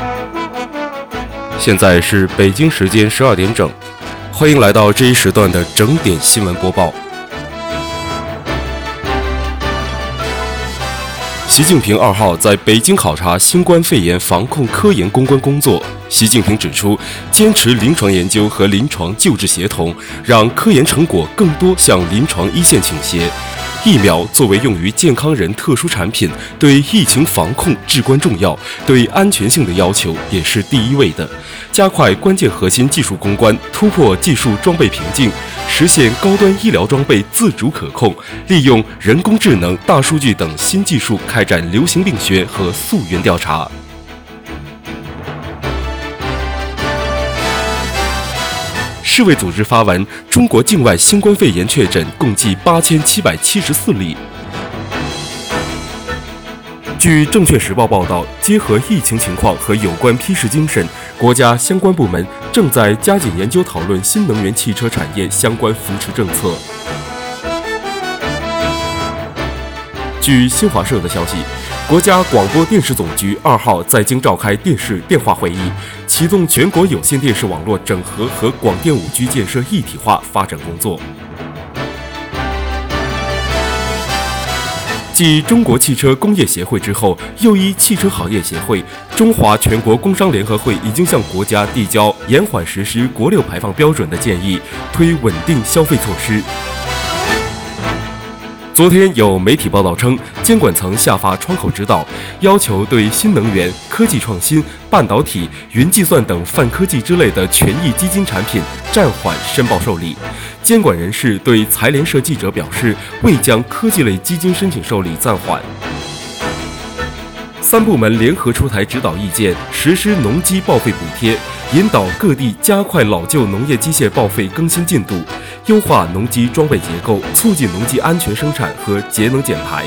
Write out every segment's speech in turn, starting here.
现在是北京时间12点整，欢迎来到这一时段的整点新闻播报。习近平2号在北京考察新冠肺炎防控科研攻关工作。习近平指出，坚持临床研究和临床救治协同，让科研成果更多向临床一线倾斜。疫苗作为用于健康人特殊产品，对疫情防控至关重要，对安全性的要求也是第一位的。加快关键核心技术攻关，突破技术装备瓶颈，实现高端医疗装备自主可控，利用人工智能、大数据等新技术开展流行病学和溯源调查。世卫组织发文，中国境外新冠肺炎确诊共计8774例。据证券时报报道，结合疫情情况和有关批示精神，国家相关部门正在加紧研究讨论新能源汽车产业相关扶持政策。据新华社的消息，国家广播电视总局2号在京召开电视电话会议，启动全国有线电视网络整合和广电5G 建设一体化发展工作。继中国汽车工业协会之后，又一汽车行业协会中华全国工商联合会已经向国家递交延缓实施国6排放标准的建议，推稳定消费措施。昨天有媒体报道称，监管层下发窗口指导，要求对新能源、科技创新、半导体、云计算等泛科技之类的权益基金产品暂缓申报受理。监管人士对财联社记者表示，未将科技类基金申请受理暂缓。3部门联合出台指导意见，实施农机报废补贴，引导各地加快老旧农业机械报废更新进度，优化农机装备结构，促进农机安全生产和节能减排。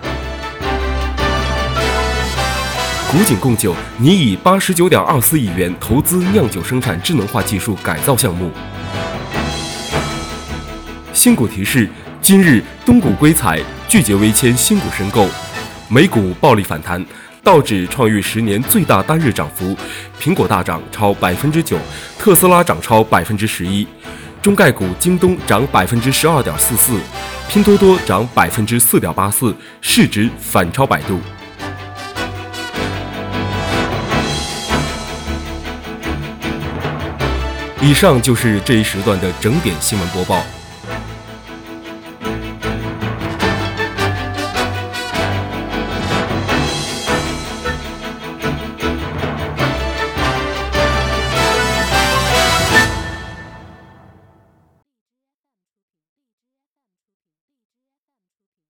古井贡酒拟以89.24亿元投资酿酒生产智能化技术改造项目。新股提示：今日东股硅材拒绝微签新股申购，美股暴力反弹。道指创逾10年最大单日涨幅，苹果大涨超9%，特斯拉涨超11%，中概股京东涨12.44%，拼多多涨4.84%，市值反超百度。以上就是这一时段的整点新闻播报。